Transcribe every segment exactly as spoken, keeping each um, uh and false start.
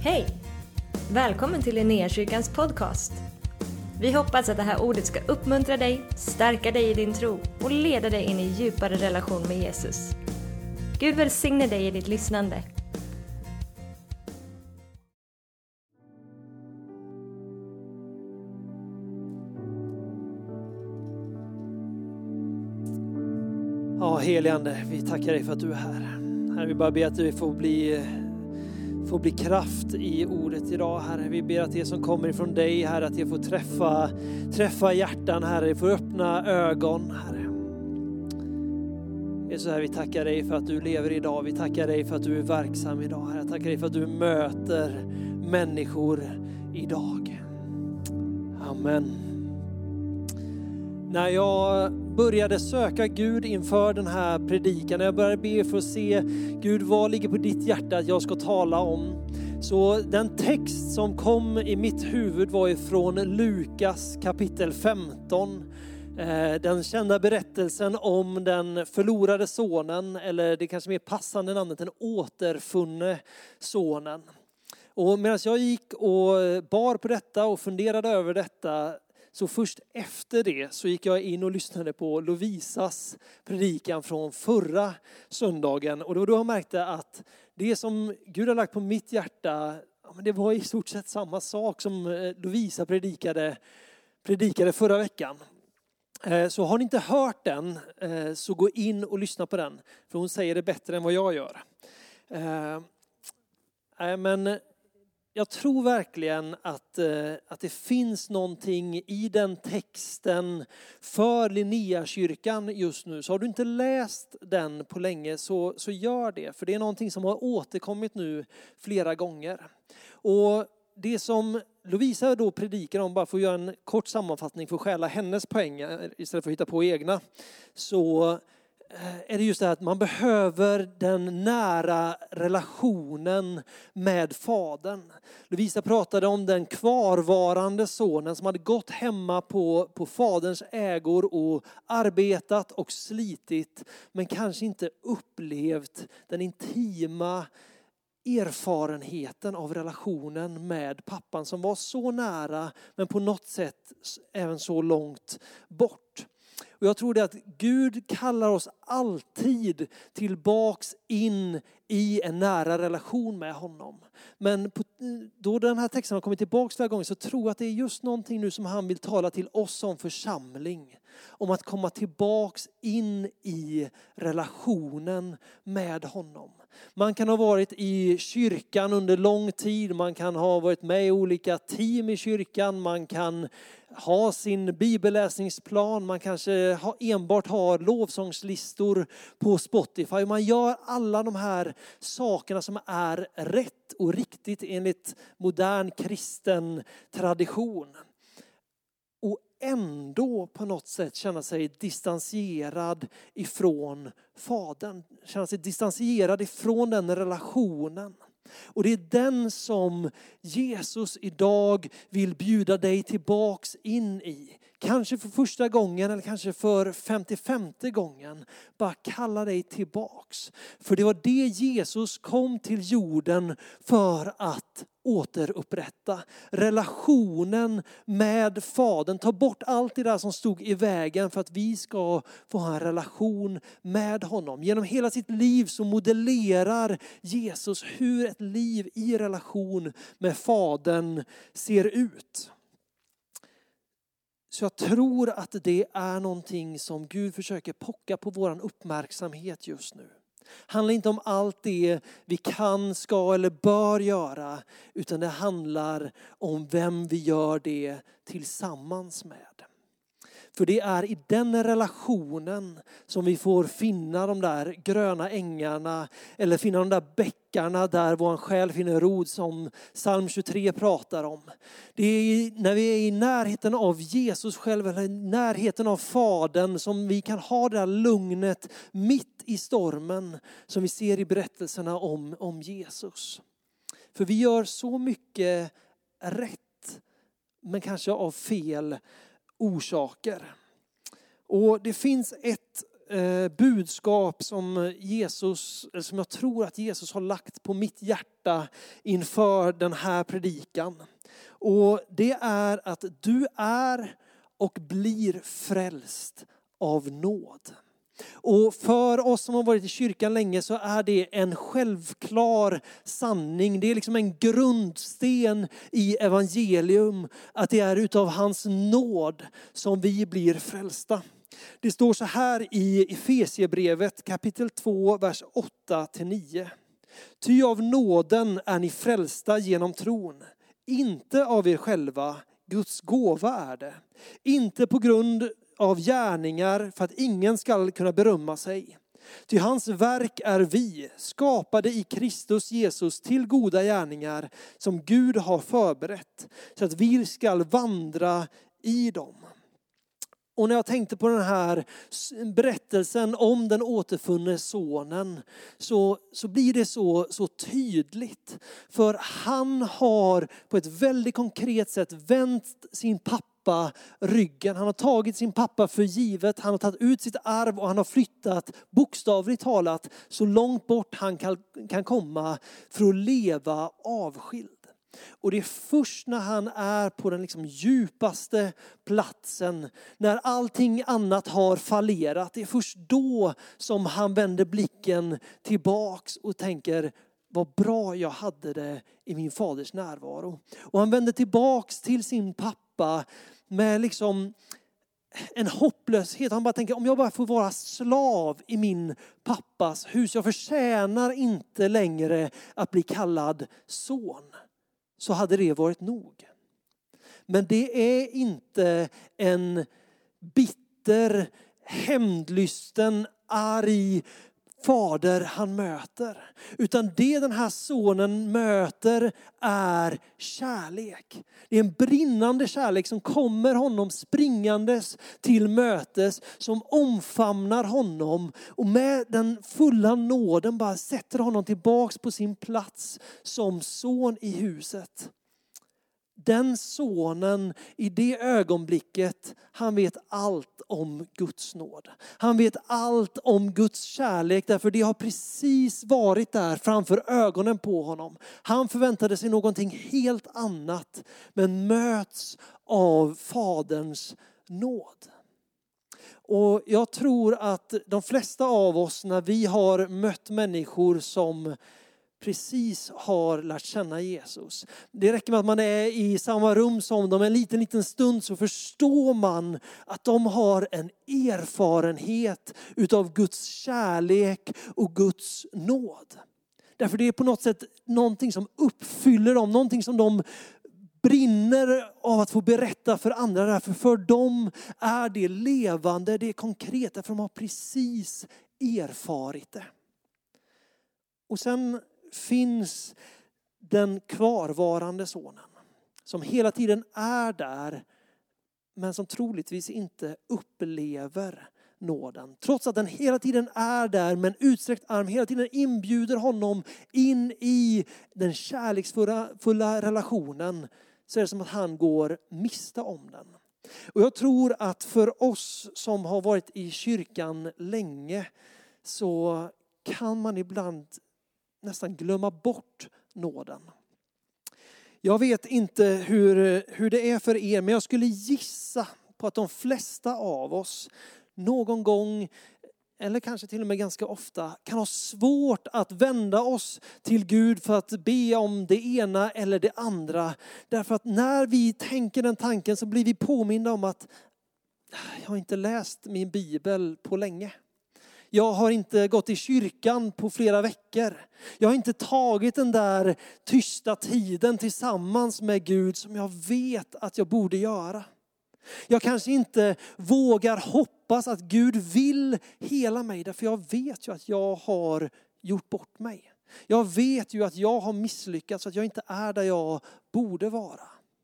Hej! Välkommen till Linnéakyrkans podcast. Vi hoppas att det här ordet ska uppmuntra dig, stärka dig i din tro och leda dig in i djupare relation med Jesus. Gud välsigne dig i ditt lyssnande. Ja, helige Ande, vi tackar dig för att du är här. Herre, vi bara ber att du får bli, får bli kraft i ordet idag, Herre. Vi ber att det som kommer ifrån dig, Herre, att det får träffa, träffa hjärtan, Herre. Det får öppna ögon, Herre. Det är så här, vi tackar dig för att du lever idag. Vi tackar dig för att du är verksam idag, Herre. Jag tackar dig för att du möter människor idag. Amen. När jag började söka Gud inför den här predikan, när jag började be för att se Gud, vad ligger på ditt hjärta att jag ska tala om. Så den text som kom i mitt huvud var ifrån Lukas kapitel femton. Den kända berättelsen om den förlorade sonen, eller det kanske mer passande namnet, den återfunne sonen. Och medan jag gick och bar på detta och funderade över detta, så först efter det så gick jag in och lyssnade på Lovisas predikan från förra söndagen. Och det var då jag märkte att det som Gud har lagt på mitt hjärta, det var i stort sett samma sak som Lovisa predikade, predikade förra veckan. Så har ni inte hört den, så gå in och lyssna på den. För hon säger det bättre än vad jag gör. Men jag tror verkligen att, att det finns någonting i den texten för Linnéakyrkan just nu. Så har du inte läst den på länge, så, så gör det. För det är någonting som har återkommit nu flera gånger. Och det som Lovisa då predikar om, bara för att göra en kort sammanfattning för att stjäla hennes poäng istället för att hitta på egna, så är det just det här att man behöver den nära relationen med fadern. Lovisa pratade om den kvarvarande sonen som hade gått hemma på, på faderns ägor och arbetat och slitit, men kanske inte upplevt den intima erfarenheten av relationen med pappan som var så nära, men på något sätt även så långt bort. Och jag tror det att Gud kallar oss alltid tillbaks in i en nära relation med honom. Men på, då den här texten har kommit tillbaks flera gånger, så tror jag att det är just någonting nu som han vill tala till oss som församling. Om att komma tillbaks in i relationen med honom. Man kan ha varit i kyrkan under lång tid. Man kan ha varit med i olika team i kyrkan. Man kan ha sin bibelläsningsplan. Man kanske ha, enbart har lovsångslistor på Spotify. Man gör alla de här sakerna som är rätt och riktigt enligt modern kristen tradition. Och ändå på något sätt känna sig distanserad ifrån fadern. Känna sig distanserad ifrån den relationen. Och det är den som Jesus idag vill bjuda dig tillbaks in i. Kanske för första gången eller kanske för femtiofemte gången. Bara kalla dig tillbaks. För det var det Jesus kom till jorden för att återupprätta. Relationen med fadern. Ta bort allt det där som stod i vägen för att vi ska få ha en relation med honom. Genom hela sitt liv så modellerar Jesus hur ett liv i relation med fadern ser ut. Så jag tror att det är någonting som Gud försöker pocka på våran uppmärksamhet just nu. Handlar inte om allt det vi kan, ska eller bör göra, utan det handlar om vem vi gör det tillsammans med. För det är i den relationen som vi får finna de där gröna ängarna eller finna de där bäckarna där vår själ finner rod, som psalm tjugotre pratar om. Det är när vi är i närheten av Jesus själv eller i närheten av fadern som vi kan ha det där lugnet mitt i stormen som vi ser i berättelserna om, om Jesus. För vi gör så mycket rätt, men kanske av fel orsaker. Och det finns ett eh, budskap som Jesus, eller som jag tror att Jesus har lagt på mitt hjärta inför den här predikan. Och det är att du är och blir frälst av nåd. Och för oss som har varit i kyrkan länge så är det en självklar sanning. Det är liksom en grundsten i evangelium att det är utav hans nåd som vi blir frälsta. Det står så här i Efesierbrevet kapitel två, vers åtta till nio. Ty av nåden är ni frälsta genom tron, inte av er själva, Guds gåva är det. Inte på grund av gärningar för att ingen ska kunna berömma sig. Ty hans verk är vi, skapade i Kristus Jesus till goda gärningar som Gud har förberett, så att vi ska vandra i dem. Och när jag tänkte på den här berättelsen om den återfunne sonen så, så blir det så, så tydligt. För han har på ett väldigt konkret sätt vänt sin pappa ryggen. Han har tagit sin pappa för givet. Han har tagit ut sitt arv och han har flyttat bokstavligt talat så långt bort han kan, kan komma för att leva avskild. Och det är först när han är på den liksom djupaste platsen, när allting annat har fallerat, det är först då som han vänder blicken tillbaks och tänker, vad bra jag hade det i min faders närvaro. Och han vänder tillbaks till sin pappa med liksom en hopplöshet. Han bara tänker, om jag bara får vara slav i min pappas hus, jag förtjänar inte längre att bli kallad son. Så hade det varit nog. Men det är inte en bitter, hämndlysten, arg fader han möter. Utan det den här sonen möter är kärlek. Det är en brinnande kärlek som kommer honom springandes till mötes. Som omfamnar honom och med den fulla nåden bara sätter honom tillbaks på sin plats som son i huset. Den sonen i det ögonblicket, han vet allt om Guds nåd. Han vet allt om Guds kärlek därför det har precis varit där framför ögonen på honom. Han förväntade sig någonting helt annat men möts av faderns nåd. Och jag tror att de flesta av oss när vi har mött människor som precis har lärt känna Jesus. Det räcker med att man är i samma rum som dem en liten, liten stund så förstår man att de har en erfarenhet utav Guds kärlek och Guds nåd. Därför det är på något sätt någonting som uppfyller dem, någonting som de brinner av att få berätta för andra. Därför för dem är det levande, det är konkret, därför de har precis erfarit det. Och sen finns den kvarvarande sonen som hela tiden är där men som troligtvis inte upplever nåden. Trots att den hela tiden är där med en utsträckt arm hela tiden inbjuder honom in i den kärleksfulla fulla relationen så är det som att han går miste om den. Och jag tror att för oss som har varit i kyrkan länge så kan man ibland nästan glömma bort nåden. Jag vet inte hur, hur det är för er, men jag skulle gissa på att de flesta av oss någon gång, eller kanske till och med ganska ofta, kan ha svårt att vända oss till Gud för att be om det ena eller det andra. Därför att när vi tänker den tanken så blir vi påminna om att jag har inte läst min bibel på länge. Jag har inte gått i kyrkan på flera veckor. Jag har inte tagit den där tysta tiden tillsammans med Gud som jag vet att jag borde göra. Jag kanske inte vågar hoppas att Gud vill hela mig därför jag vet ju att jag har gjort bort mig. Jag vet ju att jag har misslyckats, att jag inte är där jag borde vara.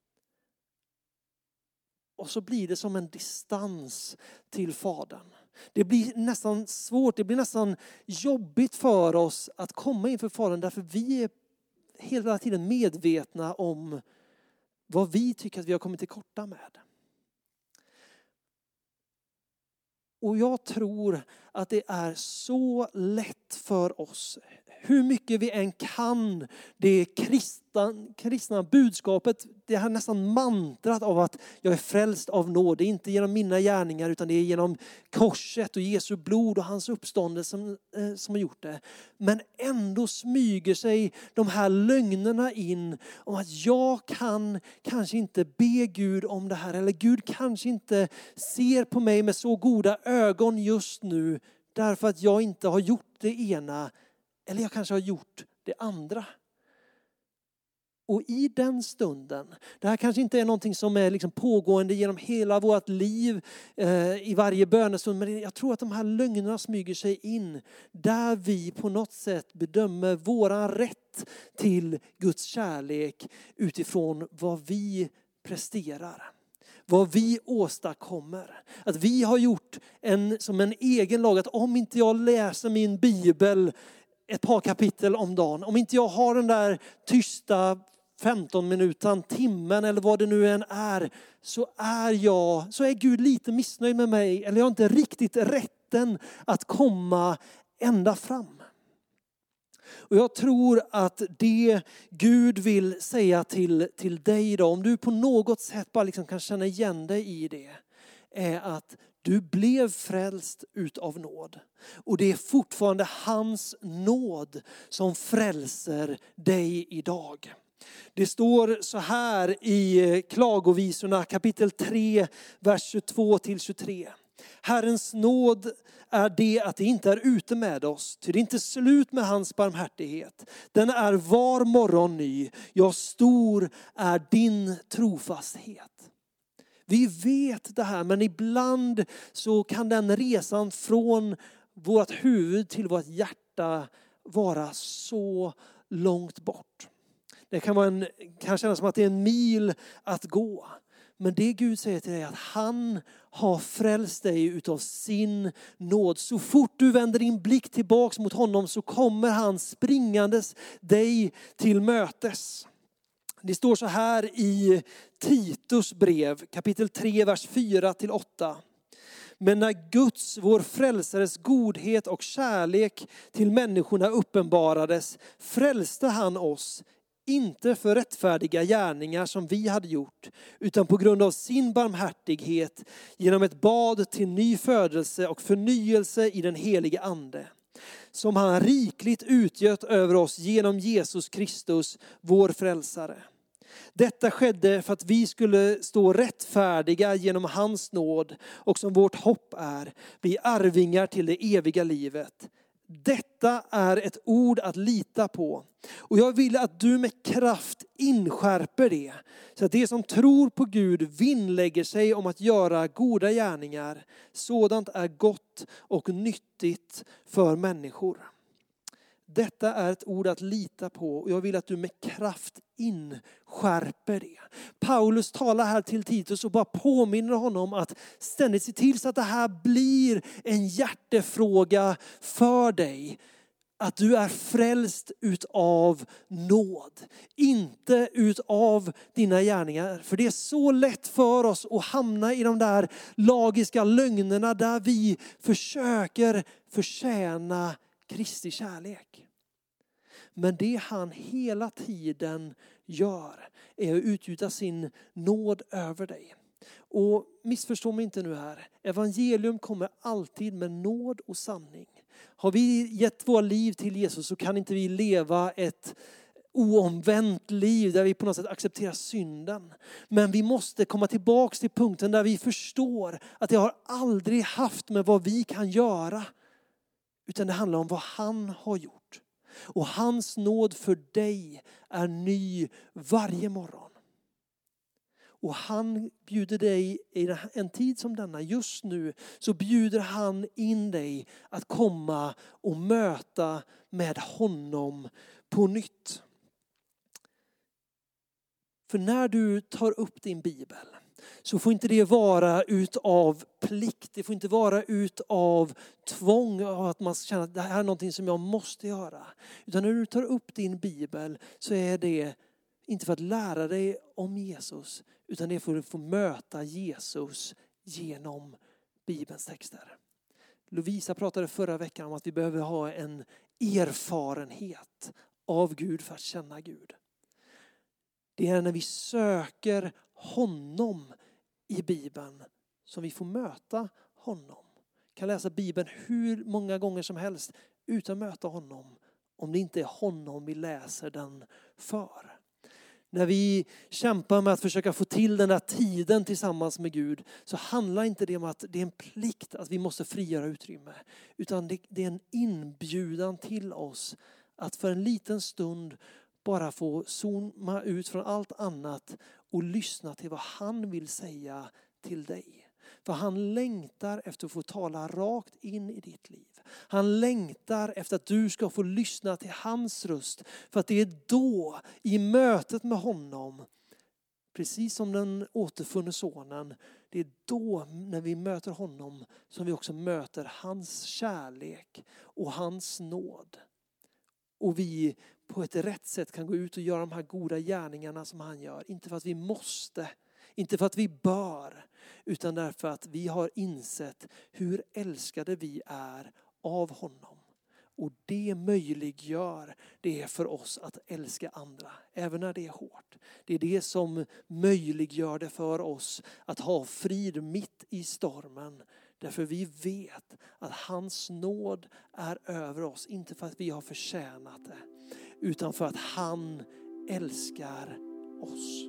Och så blir det som en distans till Fadern. Det blir nästan svårt, det blir nästan jobbigt för oss att komma inför Fadern därför vi är hela tiden medvetna om vad vi tycker att vi har kommit till korta med. Och jag tror att det är så lätt för oss, hur mycket vi än kan det kristna, kristna budskapet, det här nästan mantrat av att jag är frälst av nåd. Det är inte genom mina gärningar utan det är genom korset och Jesu blod och hans uppståndelse som, eh, som har gjort det. Men ändå smyger sig de här lögnerna in om att jag kan kanske inte be Gud om det här. Eller Gud kanske inte ser på mig med så goda ögon just nu därför att jag inte har gjort det ena. Eller jag kanske har gjort det andra. Och i den stunden, det här kanske inte är någonting som är liksom pågående genom hela vårt liv eh, i varje bönestund. Men jag tror att de här lögnerna smyger sig in där vi på något sätt bedömer våran rätt till Guds kärlek utifrån vad vi presterar. Vad vi åstadkommer. Att vi har gjort en, som en egen lag att om inte jag läser min bibel ett par kapitel om dagen. Om inte jag har den där tysta femton minuter, timmen eller vad det nu än är. Så är jag, så är Gud lite missnöjd med mig. Eller jag har inte riktigt rätten att komma ända fram. Och jag tror att det Gud vill säga till, till dig idag. Om du på något sätt bara liksom kan känna igen dig i det. Är att du blev frälst utav nåd. Och det är fortfarande hans nåd som frälser dig idag. Det står så här i Klagovisorna kapitel tre, vers tjugotvå till tjugotre. Herrens nåd är det att det inte är ute med oss. Ty det är inte slut med hans barmhärtighet. Den är var morgon ny. Ja, stor är din trofasthet. Vi vet det här, men ibland så kan den resan från vårt huvud till vårt hjärta vara så långt bort. Det kan, vara en, kan kännas som att det är en mil att gå. Men det Gud säger till dig är att han har frälst dig utav sin nåd. Så fort du vänder din blick tillbaks mot honom så kommer han springandes dig till mötes. Det står så här i Titus brev, kapitel tre, vers fyra till åtta. Men när Guds, vår frälsares godhet och kärlek till människorna uppenbarades, frälste han oss, inte för rättfärdiga gärningar som vi hade gjort, utan på grund av sin barmhärtighet genom ett bad till ny födelse och förnyelse i den helige ande. Som han rikligt utgöt över oss genom Jesus Kristus, vår frälsare. Detta skedde för att vi skulle stå rättfärdiga genom hans nåd och som vårt hopp är, bli arvingar till det eviga livet. Detta är ett ord att lita på. Och jag vill att du med kraft inskärper det. Så att det som tror på Gud vinnlägger sig om att göra goda gärningar. Sådant är gott och nyttigt för människor. Detta är ett ord att lita på och jag vill att du med kraft inskärper det. Paulus talar här till Titus och bara påminner honom att ständigt se till så att det här blir en hjärtefråga för dig. Att du är frälst utav nåd, inte utav dina gärningar. För det är så lätt för oss att hamna i de där lagiska lögnerna där vi försöker förtjäna Kristi kärlek. Men det han hela tiden gör är att utgjuta sin nåd över dig. Och missförstå mig inte nu här. Evangelium kommer alltid med nåd och sanning. Har vi gett våra liv till Jesus så kan inte vi leva ett oomvänt liv där vi på något sätt accepterar synden. Men vi måste komma tillbaka till punkten där vi förstår att det har aldrig haft med vad vi kan göra. Utan det handlar om vad han har gjort. Och hans nåd för dig är ny varje morgon. Och han bjuder dig i en tid som denna, just nu, så bjuder han in dig att komma och möta med honom på nytt. För när du tar upp din bibel så får inte det vara utav plikt. Det får inte vara utav tvång av att man känner att det här är någonting som jag måste göra. Utan när du tar upp din bibel så är det inte för att lära dig om Jesus. Utan det är för att få möta Jesus genom Bibelns texter. Lovisa pratade förra veckan om att vi behöver ha en erfarenhet av Gud för att känna Gud. Det är när vi söker honom i Bibeln som vi får möta honom. Kan läsa Bibeln hur många gånger som helst utan att möta honom, om det inte är honom vi läser den för. När vi kämpar med att försöka få till den där tiden tillsammans med Gud, så handlar inte det om att det är en plikt att vi måste frigöra utrymme. Utan det, det är en inbjudan till oss att för en liten stund bara få zooma ut från allt annat och lyssna till vad han vill säga till dig. För han längtar efter att få tala rakt in i ditt liv. Han längtar efter att du ska få lyssna till hans röst. För att det är då, i mötet med honom, precis som den återfunne sonen, det är då när vi möter honom som vi också möter hans kärlek och hans nåd. Och vi på ett rätt sätt kan gå ut och göra de här goda gärningarna som han gör. Inte för att vi måste, inte för att vi bör, utan därför att vi har insett hur älskade vi är av honom. Och det möjliggör det för oss att älska andra, även när det är hårt. Det är det som möjliggör det för oss att ha frid mitt i stormen. Därför vi vet att hans nåd är över oss, inte för att vi har förtjänat det, utan för att han älskar oss.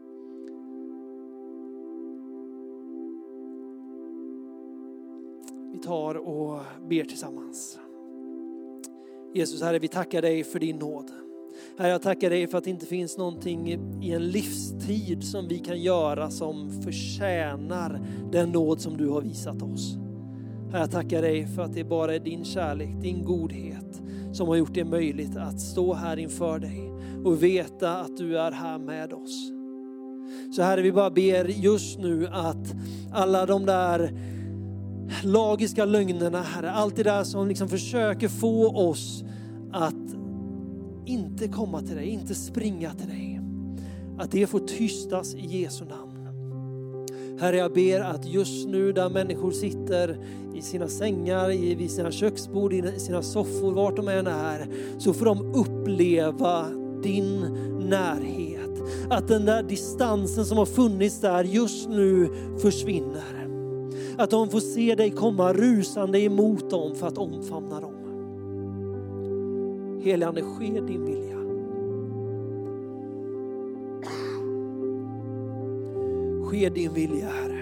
Vi tar och ber tillsammans. Jesus, Herre, vi tackar dig för din nåd. Herre, jag tackar dig för att det inte finns någonting i en livstid som vi kan göra som förtjänar den nåd som du har visat oss. Herre, jag tackar dig för att det bara är din kärlek, din godhet som har gjort det möjligt att stå här inför dig och veta att du är här med oss. Så Herre, vi bara ber just nu att alla de där lagiska lögnerna, Herre, allt det där som liksom försöker få oss att inte komma till dig, inte springa till dig, att det får tystas i Jesu namn. Herre, jag ber att just nu där människor sitter i sina sängar, i sina köksbord, i sina soffor, vart de än är, så får de uppleva din närhet. Att den där distansen som har funnits där just nu försvinner. Att de får se dig komma rusande emot dem för att omfamna dem. Helige Ande, ske din vilja. Ske din vilja, Herre.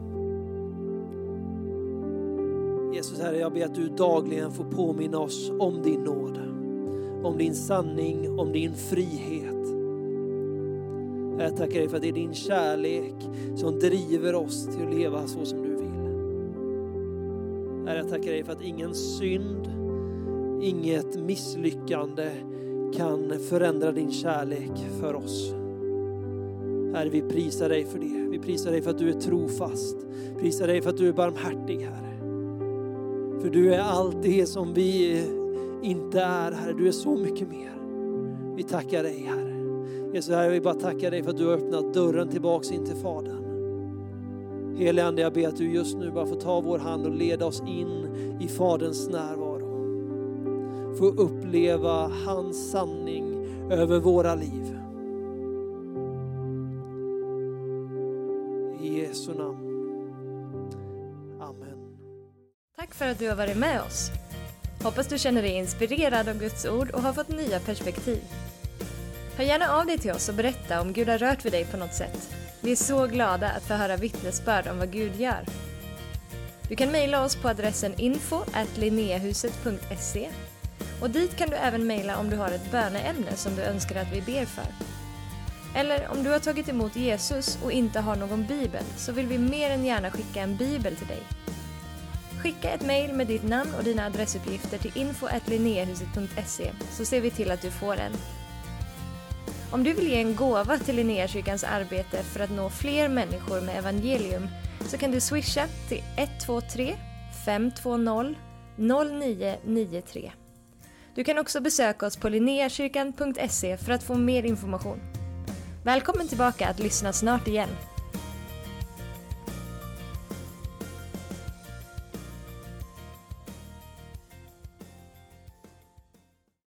Jesus, Herre, jag ber att du dagligen får påminna oss om din nåd. Om din sanning, om din frihet. Jag tackar dig för att det är din kärlek som driver oss till att leva så som du vill. Herre, jag tackar dig för att ingen synd, inget misslyckande kan förändra din kärlek för oss. Herre, vi prisar dig för det. Vi prisar dig för att du är trofast. Prisar dig för att du är barmhärtig, Herre. För du är allt det som vi inte är, Herre. Du är så mycket mer. Vi tackar dig, Herre. Jesus, Herre, vi bara tackar dig för att du har öppnat dörren tillbaks in till Fadern. Helige Ande, jag ber att du just nu bara får ta vår hand och leda oss in i Faderns närvaro. Få uppleva hans sanning över våra liv. I Jesu namn. Amen. Tack för att du har varit med oss. Hoppas du känner dig inspirerad av Guds ord och har fått nya perspektiv. Hör gärna av dig till oss och berätta om Gud har rört vid dig på något sätt. Vi är så glada att få höra vittnesbörd om vad Gud gör. Du kan mejla oss på adressen info at linneahuset punkt se och dit kan du även mejla om du har ett böneämne som du önskar att vi ber för. Eller om du har tagit emot Jesus och inte har någon bibel, så vill vi mer än gärna skicka en bibel till dig. Skicka ett mejl med ditt namn och dina adressuppgifter till info at linneahuset punkt se så ser vi till att du får en. Om du vill ge en gåva till Linneakyrkans arbete för att nå fler människor med evangelium, så kan du swisha till ett två tre fem två noll noll nio nio tre. Du kan också besöka oss på linneakyrkan punkt se för att få mer information. Välkommen tillbaka att lyssna snart igen.